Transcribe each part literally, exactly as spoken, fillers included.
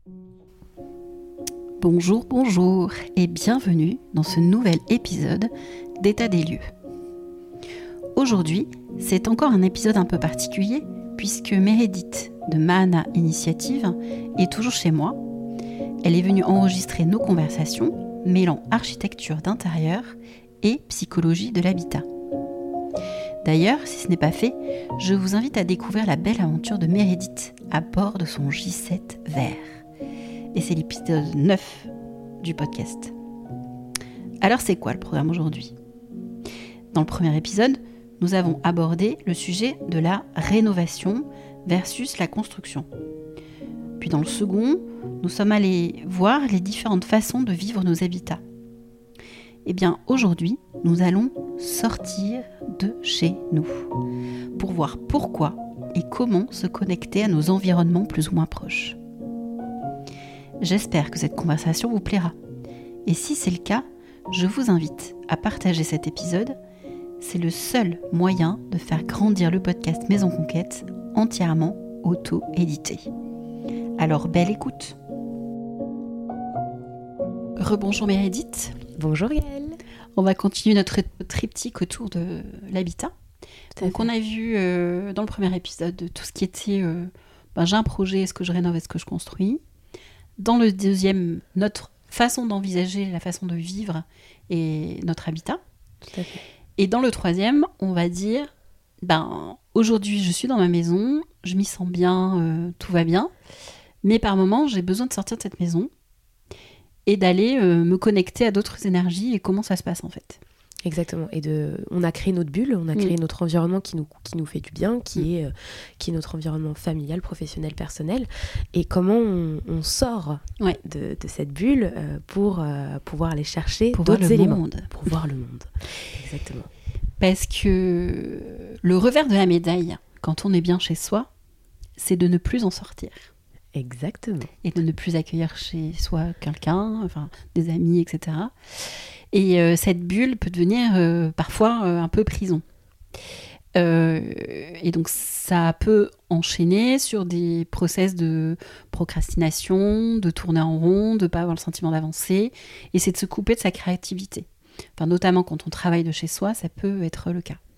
Bonjour, bonjour et bienvenue dans ce nouvel épisode d'État des lieux. Aujourd'hui, c'est encore un épisode un peu particulier puisque Meredith de Mahana Initiative est toujours chez moi. Elle est venue enregistrer nos conversations mêlant architecture d'intérieur et psychologie de l'habitat. D'ailleurs, si ce n'est pas fait, je vous invite à découvrir la belle aventure de Meredith à bord de son J sept vert. Et c'est l'épisode neuf du podcast. Alors c'est quoi le programme aujourd'hui ? Dans le premier épisode, nous avons abordé le sujet de la rénovation versus la construction. Puis dans le second, nous sommes allés voir les différentes façons de vivre nos habitats. Eh bien aujourd'hui, nous allons sortir de chez nous pour voir pourquoi et comment se connecter à nos environnements plus ou moins proches. J'espère que cette conversation vous plaira. Et si c'est le cas, je vous invite à partager cet épisode. C'est le seul moyen de faire grandir le podcast Maison Conquête entièrement auto-édité. Alors, belle écoute. Rebonjour Meredith. Bonjour Gaëlle. On va continuer notre triptyque autour de l'habitat. Donc on a vu euh, dans le premier épisode tout ce qui était euh, ben, j'ai un projet, est-ce que je rénove, est-ce que je construis. Dans le deuxième, notre façon d'envisager, la façon de vivre et notre habitat. Tout à fait. Et dans le troisième, on va dire, ben, aujourd'hui je suis dans ma maison, je m'y sens bien, euh, tout va bien, mais par moments j'ai besoin de sortir de cette maison et d'aller euh, me connecter à d'autres énergies et comment ça se passe en fait. Exactement. Et de, on a créé notre bulle, on a créé mmh. notre environnement qui nous, qui nous fait du bien, qui, mmh. est, euh, qui est notre environnement familial, professionnel, personnel. Et comment on, on sort ouais. de, de cette bulle euh, pour euh, pouvoir aller chercher pour d'autres éléments. Monde. Pour voir le monde. Exactement. Parce que le revers de la médaille, quand on est bien chez soi, c'est de ne plus en sortir. Exactement. Et de ne plus accueillir chez soi quelqu'un, enfin des amis, et cetera. Et euh, cette bulle peut devenir euh, parfois euh, un peu prison. Euh, et donc ça peut enchaîner sur des process de procrastination, de tourner en rond, de ne pas avoir le sentiment d'avancer. Et c'est de se couper de sa créativité. Enfin, notamment quand on travaille de chez soi, ça peut être le cas.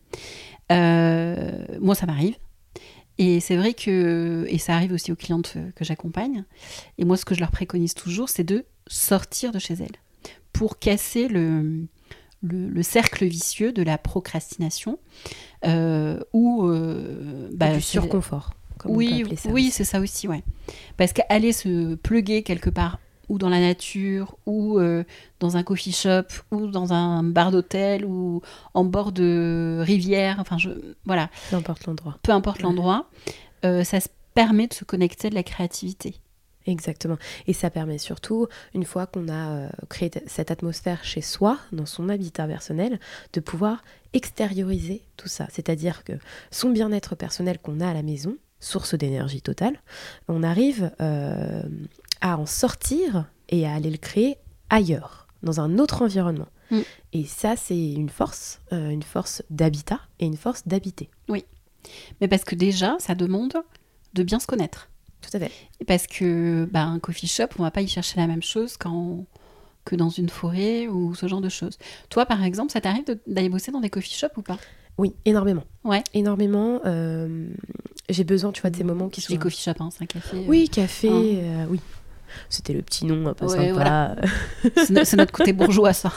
Euh, moi, ça m'arrive. Et c'est vrai que, et ça arrive aussi aux clientes que j'accompagne, et moi ce que je leur préconise toujours, c'est de sortir de chez elles, pour casser le, le, le cercle vicieux de la procrastination, euh, ou... Euh, bah, du surconfort, comme oui, on peut appeler ça. Oui, c'est ça aussi, ouais. Parce qu'aller se pluguer quelque part, ou dans la nature, ou euh, dans un coffee shop, ou dans un bar d'hôtel, ou en bord de rivière, enfin, je, voilà. Peu importe l'endroit. Peu importe ouais. l'endroit, euh, ça se permet de se connecter à de la créativité. Exactement. Et ça permet surtout, une fois qu'on a euh, créé t- cette atmosphère chez soi, dans son habitat personnel, de pouvoir extérioriser tout ça. C'est-à-dire que son bien-être personnel qu'on a à la maison, source d'énergie totale, on arrive... Euh, à en sortir et à aller le créer ailleurs, dans un autre environnement. Mm. Et ça, c'est une force, euh, une force d'habitat et une force d'habiter. Oui, mais parce que déjà, ça demande de bien se connaître. Tout à fait. Et parce que bah, un coffee shop, on ne va pas y chercher la même chose quand... que dans une forêt ou ce genre de choses. Toi, par exemple, ça t'arrive de... d'aller bosser dans des coffee shops ou pas ? Oui, énormément. Ouais. Énormément. Euh, j'ai besoin, tu vois, de ces moments qui Je sont... dis coffee shop, hein, c'est un café. Oui, café, hein. euh, oui. C'était le petit nom un peu ouais, sympa. Voilà. c'est, no- c'est notre côté bourgeois, ça.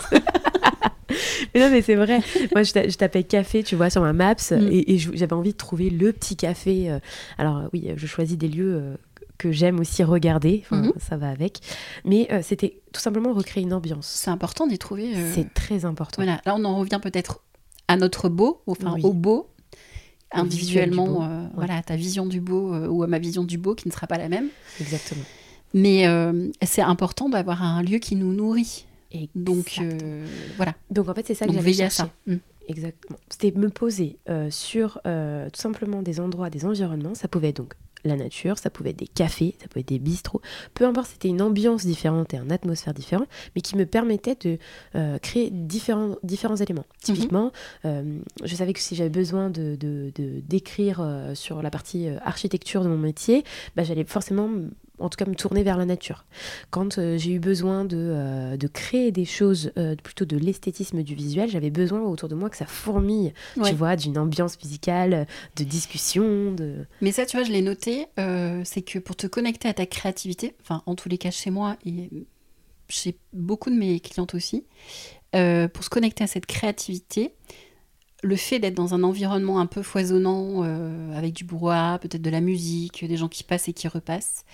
Mais non, mais c'est vrai. Moi, je, ta- je tapais café, tu vois, sur ma Maps, mm. et, et je, j'avais envie de trouver le petit café. Euh, alors oui, je choisis des lieux euh, que j'aime aussi regarder. Enfin, mm-hmm. ça va avec. Mais euh, c'était tout simplement recréer une ambiance. C'est important d'y trouver. Euh... C'est très important. Voilà. Là, on en revient peut-être à notre beau, enfin oui. au beau. Individuellement, beau. Euh, ouais. voilà, ta vision du beau euh, ou à ma vision du beau qui ne sera pas la même. Exactement. Mais euh, c'est important d'avoir un lieu qui nous nourrit. Et donc, euh, voilà. Donc, en fait, c'est ça que donc, j'avais cherché. Ça. Mm. Exactement. C'était me poser euh, sur euh, tout simplement des endroits, des environnements. Ça pouvait être donc la nature, ça pouvait être des cafés, ça pouvait être des bistrots. Peu importe, c'était une ambiance différente et une atmosphère différente, mais qui me permettait de euh, créer différents, différents éléments. Typiquement, mm-hmm. euh, je savais que si j'avais besoin de, de, de, d'écrire euh, sur la partie euh, architecture de mon métier, bah, j'allais forcément en tout cas me tourner vers la nature. Quand euh, j'ai eu besoin de, euh, de créer des choses, euh, plutôt de l'esthétisme du visuel, j'avais besoin autour de moi que ça fourmille, ouais. tu vois, d'une ambiance musicale, de discussion. De... Mais ça, tu vois, je l'ai noté, euh, c'est que pour te connecter à ta créativité, enfin, en tous les cas chez moi et chez beaucoup de mes clientes aussi, euh, pour se connecter à cette créativité, le fait d'être dans un environnement un peu foisonnant, euh, avec du brouhaha, peut-être de la musique, des gens qui passent et qui repassent,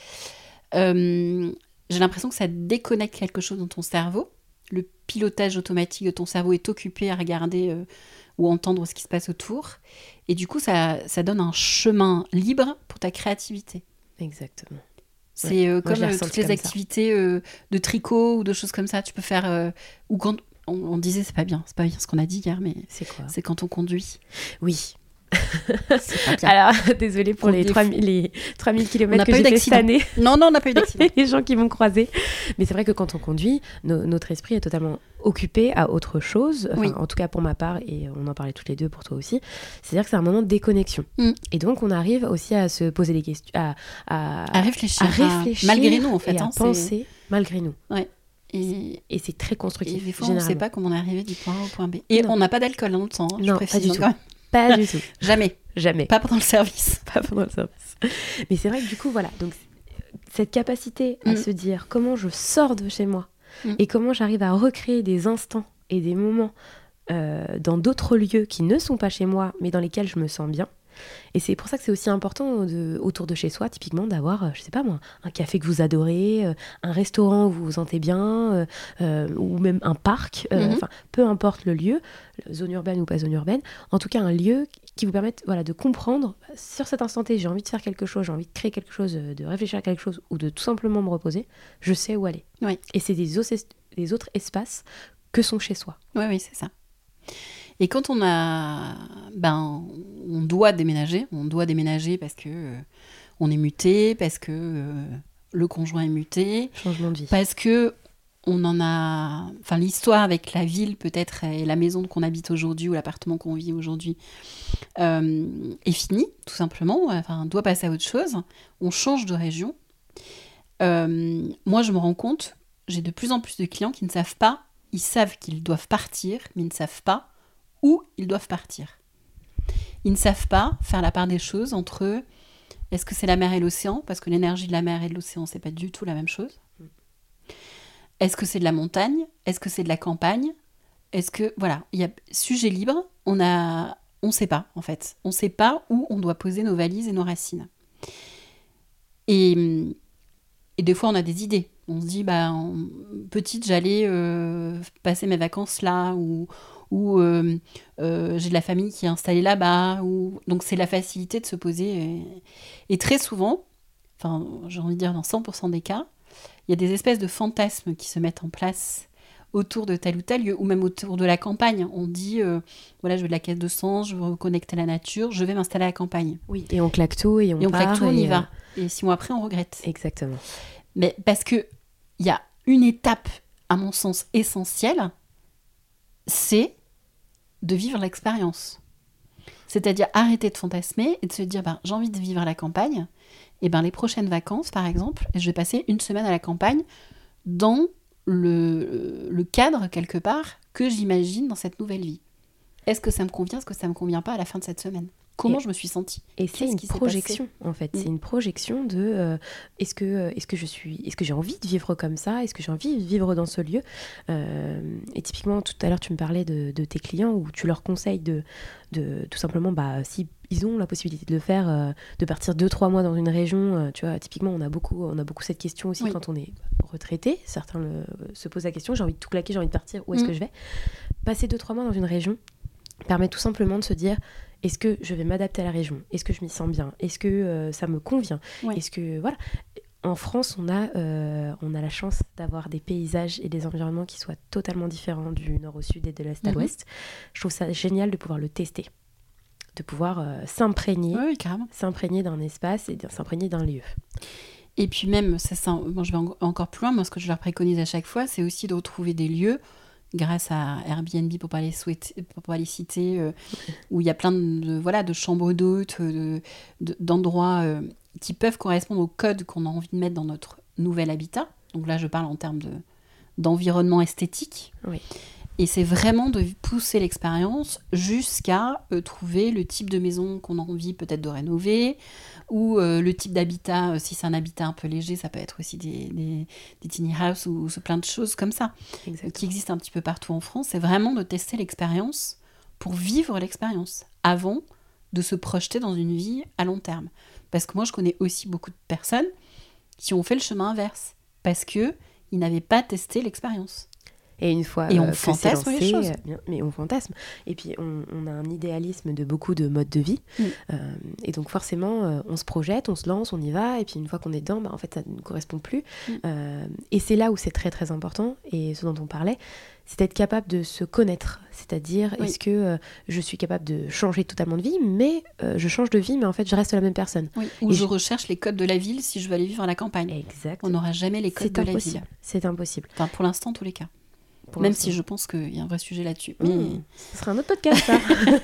euh, j'ai l'impression que ça déconnecte quelque chose dans ton cerveau. Le pilotage automatique de ton cerveau est occupé à regarder euh, ou entendre ce qui se passe autour. Et du coup, ça, ça donne un chemin libre pour ta créativité. Exactement. C'est euh, ouais. comme euh, toutes les activités euh, de tricot ou de choses comme ça. Tu peux faire... Euh, ou quand... On, on disait, c'est pas bien, c'est pas bien ce qu'on a dit hier, mais c'est quoi ? C'est quand on conduit. Oui. C'est pas bien. Alors, désolée pour les trois mille, les trois mille kilomètres que j'ai fait cette année. Non, non, on n'a pas eu d'accident. Les gens qui m'ont croisé. Mais c'est vrai que quand on conduit, no- notre esprit est totalement occupé à autre chose. Enfin, oui. En tout cas pour ma part, et on en parlait toutes les deux pour toi aussi. C'est-à-dire que c'est un moment de déconnexion. Mm. Et donc, on arrive aussi à se poser des questions, à, à, à réfléchir. À réfléchir. Malgré nous, en fait. Et hein, à penser malgré nous. Ouais. Et, et c'est très constructif. Et des fois, on ne sait pas comment on est arrivé du point A au point B. Et non. On n'a pas d'alcool dans le sang. Hein, non, je précise, pas du tout. Même. Pas du tout. Jamais. Jamais. Pas pendant le service. Pas pendant le service. Mais c'est vrai que du coup, voilà. Donc, cette capacité à mm. se dire comment je sors de chez moi mm. et comment j'arrive à recréer des instants et des moments euh, dans d'autres lieux qui ne sont pas chez moi, mais dans lesquels je me sens bien. Et c'est pour ça que c'est aussi important de, autour de chez soi, typiquement, d'avoir, je sais pas moi, un café que vous adorez, euh, un restaurant où vous vous sentez bien, euh, euh, ou même un parc, euh, mm-hmm. enfin, peu importe le lieu, zone urbaine ou pas zone urbaine, en tout cas un lieu qui vous permette voilà, de comprendre, sur cet instant T, j'ai envie de faire quelque chose, j'ai envie de créer quelque chose, de réfléchir à quelque chose, ou de tout simplement me reposer, je sais où aller. Oui. Et c'est des, os- des autres espaces que sont chez soi. Oui, oui, c'est ça. Et quand on a, ben, on doit déménager, on doit déménager parce que euh, on est muté, parce que euh, le conjoint est muté, changement de vie, parce que on en a, enfin l'histoire avec la ville peut-être et la maison qu'on habite aujourd'hui ou l'appartement qu'on vit aujourd'hui euh, est finie, tout simplement. Enfin, on doit passer à autre chose. On change de région. Euh, moi, je me rends compte, j'ai de plus en plus de clients qui ne savent pas, ils savent qu'ils doivent partir, mais ils ne savent pas où ils doivent partir. Ils ne savent pas faire la part des choses entre eux. Est-ce que c'est la mer et l'océan ? Parce que l'énergie de la mer et de l'océan, c'est pas du tout la même chose. Est-ce que c'est de la montagne ? Est-ce que c'est de la campagne ? Est-ce que... Voilà, il y a sujet libre, on a... on sait pas, en fait. On sait pas où on doit poser nos valises et nos racines. Et, et des fois, on a des idées. On se dit, bah, en... petite, j'allais euh, passer mes vacances là, ou... ou euh, euh, j'ai de la famille qui est installée là-bas. Ou... Donc, c'est la facilité de se poser. Et, et très souvent, enfin, j'ai envie de dire dans cent pour cent des cas, il y a des espèces de fantasmes qui se mettent en place autour de tel ou tel lieu, ou même autour de la campagne. On dit, euh, voilà, je veux de la caisse de sens, je veux me reconnecter à la nature, je vais m'installer à la campagne. Oui, et on claque tout, et on, et on part. claque tout, on y et va. Et six mois après, on regrette. Exactement. Mais parce qu'il y a une étape, à mon sens, essentielle, c'est de vivre l'expérience. C'est-à-dire arrêter de fantasmer et de se dire, ben, j'ai envie de vivre à la campagne, et ben les prochaines vacances, par exemple, je vais passer une semaine à la campagne dans le, le cadre, quelque part, que j'imagine dans cette nouvelle vie. Est-ce que ça me convient ? Est-ce que ça ne me convient pas à la fin de cette semaine ? Comment et, je me suis sentie ? Et c'est Qu'est-ce une qui projection, s'est passé ? en fait. Mmh. C'est une projection de euh, est-ce que, euh, est-ce que je suis, est-ce que j'ai envie de vivre comme ça ? Est-ce que j'ai envie de vivre dans ce lieu ? euh, Et typiquement, tout à l'heure, tu me parlais de, de tes clients où tu leur conseilles de, de tout simplement, bah, si ils ont la possibilité de le faire, euh, de partir deux, trois mois dans une région. Euh, tu vois, typiquement, on a beaucoup, on a beaucoup cette question aussi oui. Quand on est retraité. Certains le, se posent la question, j'ai envie de tout claquer, j'ai envie de partir, où est-ce mmh. que je vais ? Passer deux, trois mois dans une région permet tout simplement de se dire, est-ce que je vais m'adapter à la région ? Est-ce que je m'y sens bien ? Est-ce que euh, ça me convient ? Oui. Est-ce que, voilà. En France, on a, euh, on a la chance d'avoir des paysages et des environnements qui soient totalement différents du nord au sud et de l'est à mmh. l'ouest. Je trouve ça génial de pouvoir le tester, de pouvoir euh, s'imprégner, oui, carrément. s'imprégner d'un espace et de s'imprégner d'un lieu. Et puis même, ça, ça, bon, je vais en- encore plus loin, moi ce que je leur préconise à chaque fois, c'est aussi de retrouver des lieux, grâce à Airbnb pour pas les, souhaiter, pour pas les citer, euh, où il y a plein de, voilà, de chambres d'hôtes, de, de, d'endroits euh, qui peuvent correspondre au code qu'on a envie de mettre dans notre nouvel habitat. Donc là, je parle en termes de, d'environnement esthétique. Oui. Et c'est vraiment de pousser l'expérience jusqu'à euh, trouver le type de maison qu'on a envie peut-être de rénover, ou euh, le type d'habitat, euh, si c'est un habitat un peu léger, ça peut être aussi des, des, des tiny houses ou, ou plein de choses comme ça, Exactement. qui existent un petit peu partout en France. C'est vraiment de tester l'expérience pour vivre l'expérience, avant de se projeter dans une vie à long terme. Parce que moi, je connais aussi beaucoup de personnes qui ont fait le chemin inverse, parce qu'ils n'avaient pas testé l'expérience. Et une fois et on euh, que fantasme c'est lancé, les choses. euh, bien, mais on fantasme. Et puis on, on a un idéalisme de beaucoup de modes de vie. Mm. Euh, et donc forcément, euh, on se projette, on se lance, on y va. Et puis une fois qu'on est dedans, bah, en fait, ça ne correspond plus. Mm. Euh, et c'est là où c'est très très important. Et ce dont on parlait, c'est d'être capable de se connaître. C'est-à-dire, Oui. est-ce que euh, je suis capable de changer totalement de vie, mais euh, je change de vie, mais en fait, je reste la même personne. Oui. Ou Et je je- recherche les codes de la ville si je veux aller vivre à la campagne. Exact. On n'aura jamais les codes C'est de la impossible. ville. C'est impossible. Enfin, pour l'instant, en tous les cas. Pour Même l'instant. si je pense qu'il y a un vrai sujet là-dessus. Mais... Mmh, ce sera un autre podcast, ça.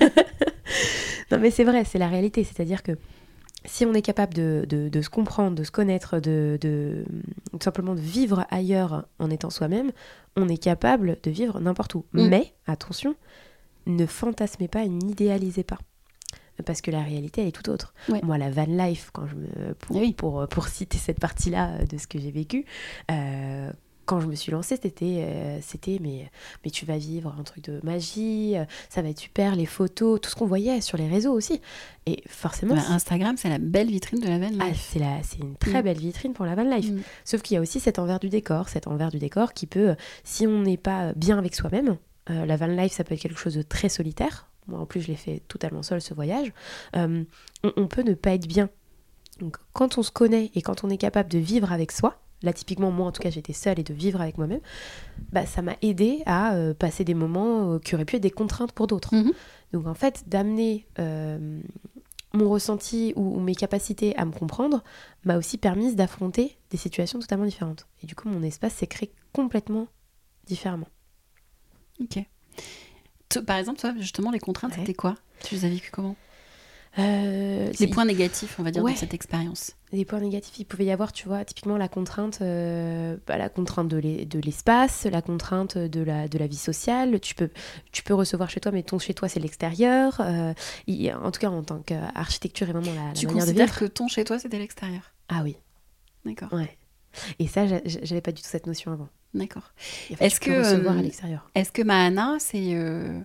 Non, mais c'est vrai, c'est la réalité. C'est-à-dire que si on est capable de, de, de se comprendre, de se connaître, de, de tout simplement de vivre ailleurs en étant soi-même, on est capable de vivre n'importe où. Mmh. Mais, attention, ne fantasmez pas et n'idéalisez pas. Parce que la réalité, elle est tout autre. Ouais. Moi, la van life, quand je me, pour, Oui. pour, pour citer cette partie-là de ce que j'ai vécu, euh, quand je me suis lancée, c'était, euh, c'était mais, mais tu vas vivre un truc de magie, euh, ça va être super, les photos, tout ce qu'on voyait sur les réseaux aussi. Et forcément, Bah, c'est, Instagram, c'est la belle vitrine de la van ah, life. c'est, la, c'est une très Mm. belle vitrine pour la van life. Mm. Sauf qu'il y a aussi cet envers du décor, cet envers du décor qui peut, euh, si on n'est pas bien avec soi-même, euh, la van life, ça peut être quelque chose de très solitaire. Moi, en plus, je l'ai fait totalement seule, ce voyage. Euh, on, on peut ne pas être bien. Donc, quand on se connaît et quand on est capable de vivre avec soi, là, typiquement, moi, en tout cas, j'étais seule et de vivre avec moi-même, bah, ça m'a aidé à euh, passer des moments euh, qui auraient pu être des contraintes pour d'autres. Mhm. Donc, en fait, d'amener euh, mon ressenti ou, ou mes capacités à me comprendre m'a aussi permis d'affronter des situations totalement différentes. Et du coup, mon espace s'est créé complètement différemment. Ok. Toi, par exemple, toi, justement, les contraintes, Ouais. c'était quoi? Tu les as vécues comment? Euh, Les c'est- points négatifs, on va dire, Ouais. de cette expérience. Des points négatifs, il pouvait y avoir, tu vois, typiquement la contrainte, euh, bah, la contrainte de, l'e- de l'espace, la contrainte de la, de la vie sociale. Tu peux, tu peux recevoir chez toi, mais ton chez toi, c'est l'extérieur. Euh, il- en tout cas, en tant qu'architecture et vraiment la, la Tu manière de considères vivre. que ton chez toi, c'était l'extérieur? Ah oui, D'accord. ouais. Et ça, j'a- j'avais pas du tout cette notion avant. D'accord. Et en fait, Est-ce tu peux que, recevoir euh, à l'extérieur. Est-ce que Mahana, c'est euh,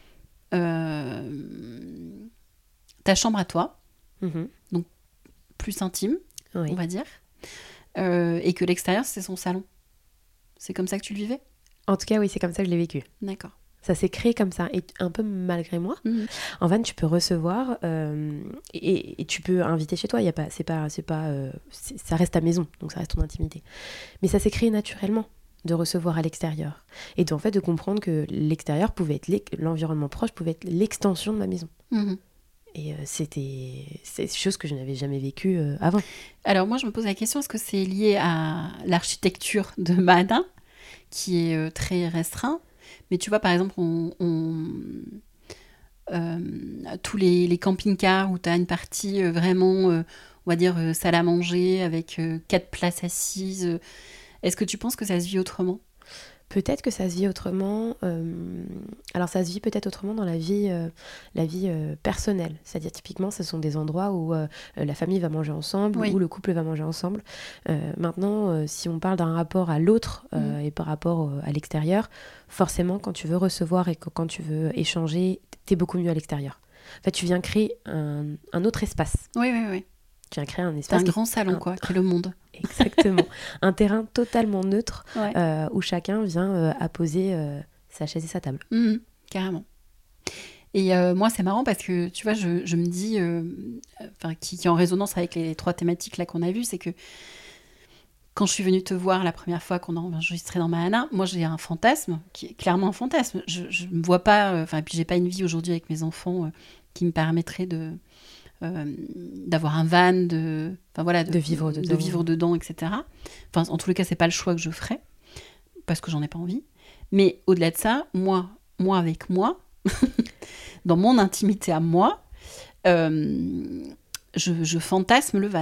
euh, ta chambre à toi, Mhm. plus intime, Oui. on va dire, euh, et que l'extérieur, c'est son salon? C'est comme ça que tu le vivais? En tout cas, oui, c'est comme ça que je l'ai vécu. D'accord. Ça s'est créé comme ça, et un peu malgré moi. Mhm. En van, tu peux recevoir euh, et, et tu peux inviter chez toi. Il y a pas, c'est pas, c'est pas, euh, c'est- ça reste ta maison, donc ça reste ton intimité. Mais ça s'est créé naturellement de recevoir à l'extérieur et d'en fait de comprendre que l'extérieur pouvait être l'ex- l'environnement proche pouvait être l'extension de ma maison. Mhm. Et euh, c'était, c'est des choses que je n'avais jamais vécues euh, avant. Alors moi, je me pose la question, est-ce que c'est lié à l'architecture de Mahana, qui est euh, très restreint? Mais tu vois, par exemple, on, on- euh, tous les, les camping-cars où tu as une partie euh, vraiment, euh, on va dire, euh, salle à manger, avec euh, quatre places assises, euh, est-ce que tu penses que ça se vit autrement? Peut-être que ça se vit autrement. euh, alors ça se vit peut-être autrement dans la vie, euh, la vie euh, personnelle. C'est-à-dire typiquement, ce sont des endroits où euh, la famille va manger ensemble, Oui. où le couple va manger ensemble. Euh, maintenant, euh, si on parle d'un rapport à l'autre euh, Mhm. et par rapport euh, à l'extérieur, forcément, quand tu veux recevoir et que- quand tu veux échanger, t'es beaucoup mieux à l'extérieur. En fait, tu viens créer un, un autre espace. Oui, oui, oui. Tu viens créer un C'est espace un qui- grand salon, un- quoi, qui est le monde. Exactement. Un terrain totalement neutre Ouais. euh, où chacun vient euh, apposer euh, sa chaise et sa table. Mhm, carrément. Et euh, moi, c'est marrant parce que, tu vois, je, je me dis, euh, enfin, qui, qui est en résonance avec les trois thématiques là qu'on a vues, c'est que quand je suis venue te voir la première fois qu'on a enregistré dans Mahana, moi, j'ai un fantasme, qui est clairement un fantasme. Je ne me vois pas, enfin, euh, puis j'ai pas une vie aujourd'hui avec mes enfants euh, qui me permettrait de... Euh, d'avoir un van, de, enfin, voilà, de, De vivre dedans. de vivre dedans, et cetera. Enfin, en tous les cas, c'est pas le choix que je ferais parce que j'en ai pas envie. Mais au-delà de ça, moi, moi avec moi, dans mon intimité à moi, euh, je, je fantasme le van.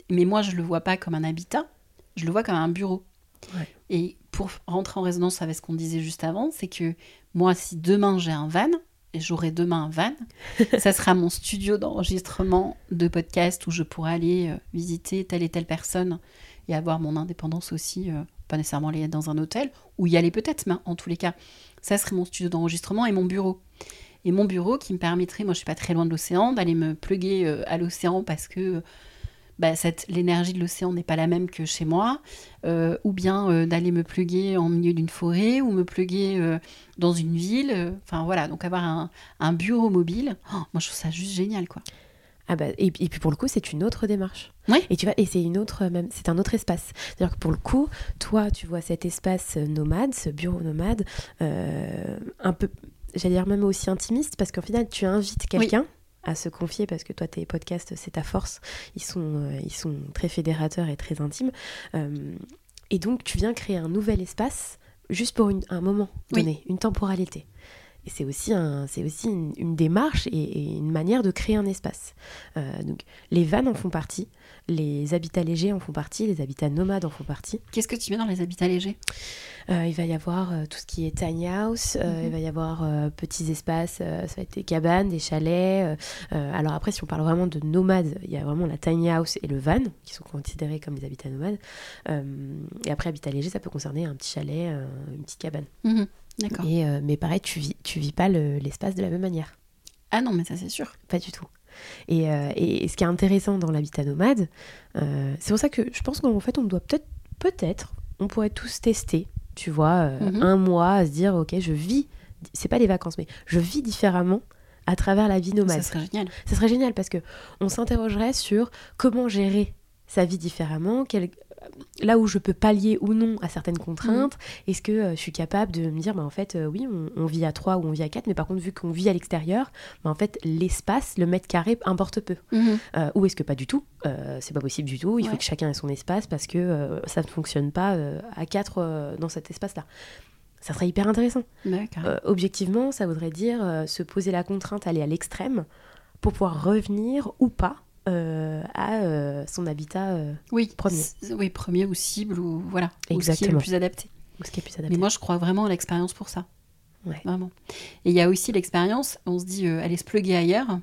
mais moi, je le vois pas comme un habitat, je le vois comme un bureau. Ouais. Et pour rentrer en résonance avec ce qu'on disait juste avant, c'est que moi, si demain j'ai un van, et j'aurai demain un van, ça sera mon studio d'enregistrement de podcast où je pourrai aller euh, visiter telle et telle personne et avoir mon indépendance aussi, euh, pas nécessairement aller dans un hôtel, ou y aller peut-être, mais en tous les cas, ça serait mon studio d'enregistrement et mon bureau. Et mon bureau qui me permettrait, moi je suis pas très loin de l'océan, d'aller me pluguer euh, à l'océan parce que bah, cette, l'énergie de l'océan n'est pas la même que chez moi, euh, ou bien euh, d'aller me pluguer en milieu d'une forêt, ou me pluguer euh, dans une ville, euh, enfin voilà, donc avoir un, un bureau mobile, oh, moi je trouve ça juste génial, quoi. Ah bah, et, et puis pour le coup, c'est une autre démarche. Oui. Et tu vois, et c'est une autre, même, c'est un autre espace. C'est-à-dire que pour le coup, toi, tu vois cet espace nomade, ce bureau nomade, euh, un peu, j'allais dire même aussi intimiste, parce qu'en final, tu invites quelqu'un. Oui. À se confier, parce que toi, tes podcasts, c'est ta force. Ils sont, euh, ils sont très fédérateurs et très intimes. Euh, et donc, tu viens créer un nouvel espace juste pour une, un moment donné, oui. Une temporalité. Et c'est aussi, un, c'est aussi une, une démarche et, et une manière de créer un espace. Euh, donc, les vannes en font partie, les habitats légers en font partie, les habitats nomades en font partie. Qu'est-ce que tu mets dans les habitats légers ? Euh, il va y avoir euh, tout ce qui est tiny house, euh, mm-hmm. Il va y avoir euh, petits espaces, euh, ça va être des cabanes, des chalets. Euh, alors après, si on parle vraiment de nomades, il y a vraiment la tiny house et le van, qui sont considérés comme des habitats nomades. Euh, et après, habitat léger, ça peut concerner un petit chalet, euh, une petite cabane. Mm-hmm. D'accord. Et, euh, mais pareil, tu vis, tu vis pas le, l'espace de la même manière. Ah non, mais ça c'est sûr. Pas du tout. Et, euh, et, et ce qui est intéressant dans l'habitat nomade, euh, c'est pour ça que je pense qu'en fait, on doit peut-être, peut-être, on pourrait tous tester, tu vois, euh, mm-hmm. un mois à se dire, ok, je vis, c'est pas les vacances, mais je vis différemment à travers la vie nomade. Ça serait génial. Ça serait génial parce que on s'interrogerait sur comment gérer sa vie différemment, quel... là où je peux pallier ou non à certaines contraintes, mmh. Est-ce que euh, je suis capable de me dire, bah, en fait, euh, oui, on, on vit à trois ou on vit à quatre, mais par contre, vu qu'on vit à l'extérieur, bah, en fait, l'espace, le mètre carré importe peu. Mmh. Euh, ou est-ce que pas du tout euh, c'est pas possible du tout, il ouais. faut que chacun ait son espace parce que euh, ça ne fonctionne pas euh, à quatre euh, dans cet espace-là. Ça serait hyper intéressant. Euh, objectivement, ça voudrait dire euh, se poser la contrainte, aller à l'extrême pour pouvoir revenir ou pas Euh, à euh, son habitat euh, oui, premier. C- oui, premier ou cible, ou voilà, exactement. Ou ce qui est le plus adapté. Ou ce qui est plus adapté. Mais moi, je crois vraiment à l'expérience pour ça. Ouais. Vraiment. Et il y a aussi l'expérience, on se dit, euh, aller se pluguer ailleurs.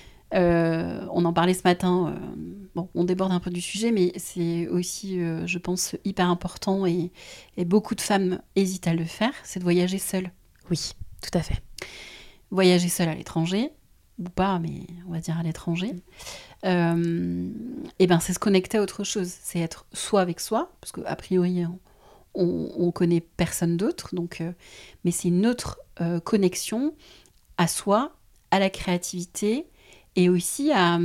Euh, on en parlait ce matin, euh, bon, on déborde un peu du sujet, mais c'est aussi, euh, je pense, hyper important et, et beaucoup de femmes hésitent à le faire, c'est de voyager seule. Oui, tout à fait. Voyager seule à l'étranger, ou pas, mais on va dire à l'étranger, euh, et ben c'est se connecter à autre chose, c'est être soi avec soi, parce qu'a priori on, on connaît personne d'autre, donc, euh, mais c'est une autre euh, connexion à soi, à la créativité et aussi à,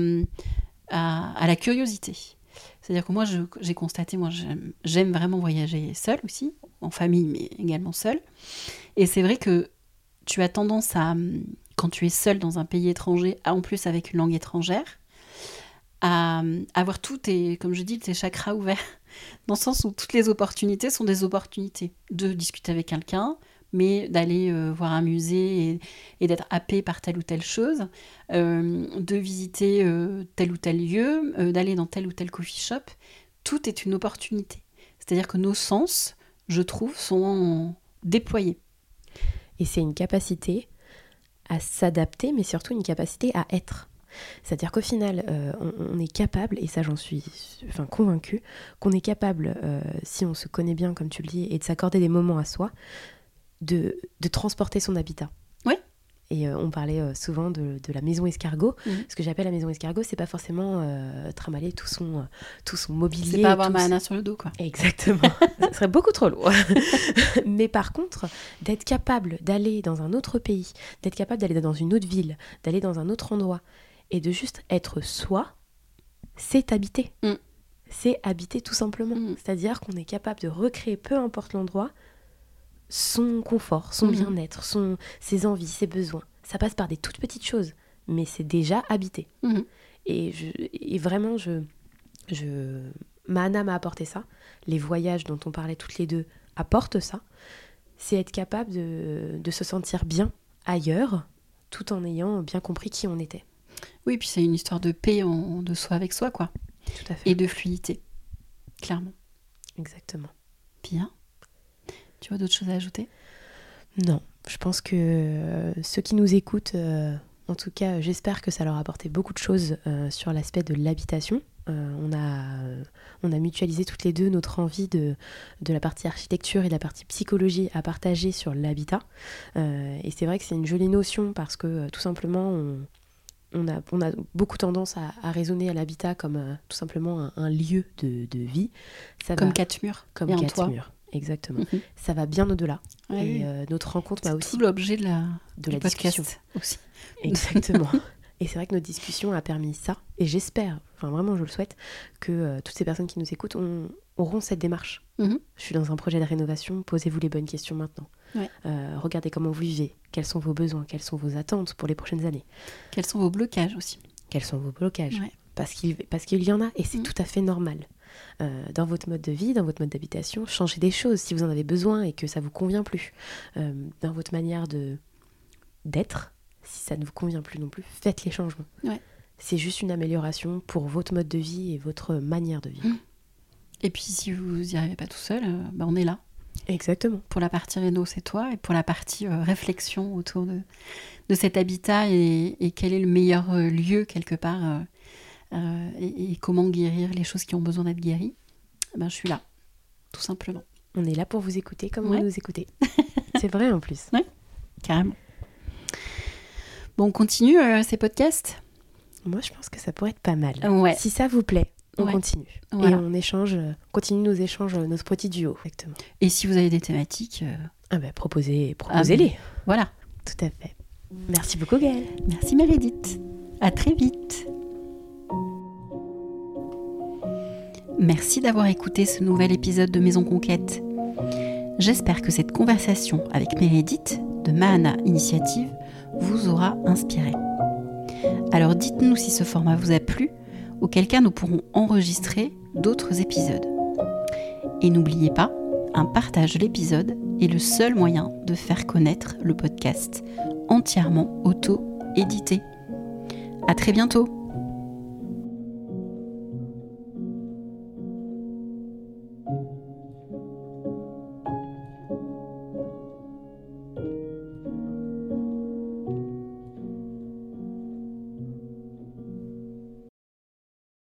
à, à la curiosité. C'est-à-dire que moi je, j'ai constaté, moi j'aime, j'aime vraiment voyager seule aussi, en famille mais également seule, et c'est vrai que tu as tendance à, quand tu es seule dans un pays étranger, en plus avec une langue étrangère, à avoir tous tes, comme je dis, tes chakras ouverts, dans le sens où toutes les opportunités sont des opportunités de discuter avec quelqu'un, mais d'aller euh, voir un musée et, et d'être happé par telle ou telle chose, euh, de visiter euh, tel ou tel lieu, euh, d'aller dans tel ou tel coffee shop. Tout est une opportunité. C'est-à-dire que nos sens, je trouve, sont déployés. Et c'est une capacité à s'adapter, mais surtout une capacité à être. C'est-à-dire qu'au final, euh, on, on est capable, et ça j'en suis enfin, convaincue, qu'on est capable, euh, si on se connaît bien, comme tu le dis, et de s'accorder des moments à soi, de, de transporter son habitat. Oui. Et euh, on parlait euh, souvent de, de la maison escargot. Mmh. Ce que j'appelle la maison escargot, c'est pas forcément euh, trimballer tout son, euh, tout son mobilier. C'est pas avoir Mahana son... sur le dos, quoi. Exactement. Ça serait beaucoup trop lourd. Mais par contre, d'être capable d'aller dans un autre pays, d'être capable d'aller dans une autre ville, d'aller dans un autre endroit, et de juste être soi, c'est habiter. Mmh. C'est habiter tout simplement. Mmh. C'est-à-dire qu'on est capable de recréer, peu importe l'endroit, son confort, son mmh. bien-être, son, ses envies, ses besoins. Ça passe par des toutes petites choses, mais c'est déjà habité. Mmh. Et, je, et vraiment, je, je, Mahana m'a apporté ça. Les voyages dont on parlait toutes les deux apportent ça. C'est être capable de, de se sentir bien ailleurs, tout en ayant bien compris qui on était. Oui, puis c'est une histoire de paix en, de soi avec soi, quoi. Tout à fait. Et de fluidité, clairement. Exactement. Bien. Tu vois d'autres choses à ajouter ? Non, je pense que euh, ceux qui nous écoutent, euh, en tout cas, j'espère que ça leur a apporté beaucoup de choses euh, sur l'aspect de l'habitation. Euh, on, a, euh, on a mutualisé toutes les deux notre envie de, de la partie architecture et de la partie psychologie à partager sur l'habitat. Euh, et c'est vrai que c'est une jolie notion parce que euh, tout simplement, on, on, a, on a beaucoup tendance à, à raisonner à l'habitat comme euh, tout simplement un, un lieu de, de vie. Ça Comme va, quatre murs. comme et un quatre toit. murs. Exactement. Mm-hmm. Ça va bien au-delà. Ouais, et oui. euh, notre rencontre m'a c'est aussi... tout l'objet de la, de du la podcast discussion. aussi. Exactement. Et c'est vrai que notre discussion a permis ça. Et j'espère, enfin vraiment je le souhaite, que euh, toutes ces personnes qui nous écoutent ont, auront cette démarche. Mm-hmm. Je suis dans un projet de rénovation, posez-vous les bonnes questions maintenant. Ouais. Euh, regardez comment vous vivez, quels sont vos besoins, quelles sont vos attentes pour les prochaines années. Quels sont vos blocages aussi ? Quels sont vos blocages ? Ouais. Parce qu'il, parce qu'il y en a, et c'est Mm. tout à fait normal. Euh, dans votre mode de vie, dans votre mode d'habitation, changez des choses si vous en avez besoin et que ça vous convient plus. Euh, dans votre manière de, d'être, si ça ne vous convient plus non plus, faites les changements. Ouais. C'est juste une amélioration pour votre mode de vie et votre manière de vivre. Mm. Et puis si vous n'y arrivez pas tout seul, euh, bah, on est là. Exactement. Pour la partie réno, c'est toi, et pour la partie euh, réflexion autour de, de cet habitat et, et quel est le meilleur euh, lieu quelque part euh, euh, et, et comment guérir les choses qui ont besoin d'être guéries, ben, je suis là, tout simplement. On est là pour vous écouter comme Ouais. vous nous écoutez. C'est vrai en plus. Ouais, carrément. Bon, on continue euh, ces podcasts ? Moi, je pense que ça pourrait être pas mal. Ouais. Si ça vous plaît, on Ouais. continue. Voilà. Et on échange, euh, continue nos échanges, euh, nos petits duos. Exactement. Et si vous avez des thématiques, euh, Ah ben, proposez, proposez-les. voilà. Tout à fait. Merci beaucoup, Gaëlle. Merci Meredith. À très vite. Merci d'avoir écouté ce nouvel épisode de Maison Conquête. J'espère que cette conversation avec Meredith de Mahana Initiative vous aura inspiré. Alors dites-nous si ce format vous a plu, auquel cas nous pourrons enregistrer d'autres épisodes. Et n'oubliez pas, un partage de l'épisode est le seul moyen de faire connaître le podcast entièrement auto-édité. À très bientôt!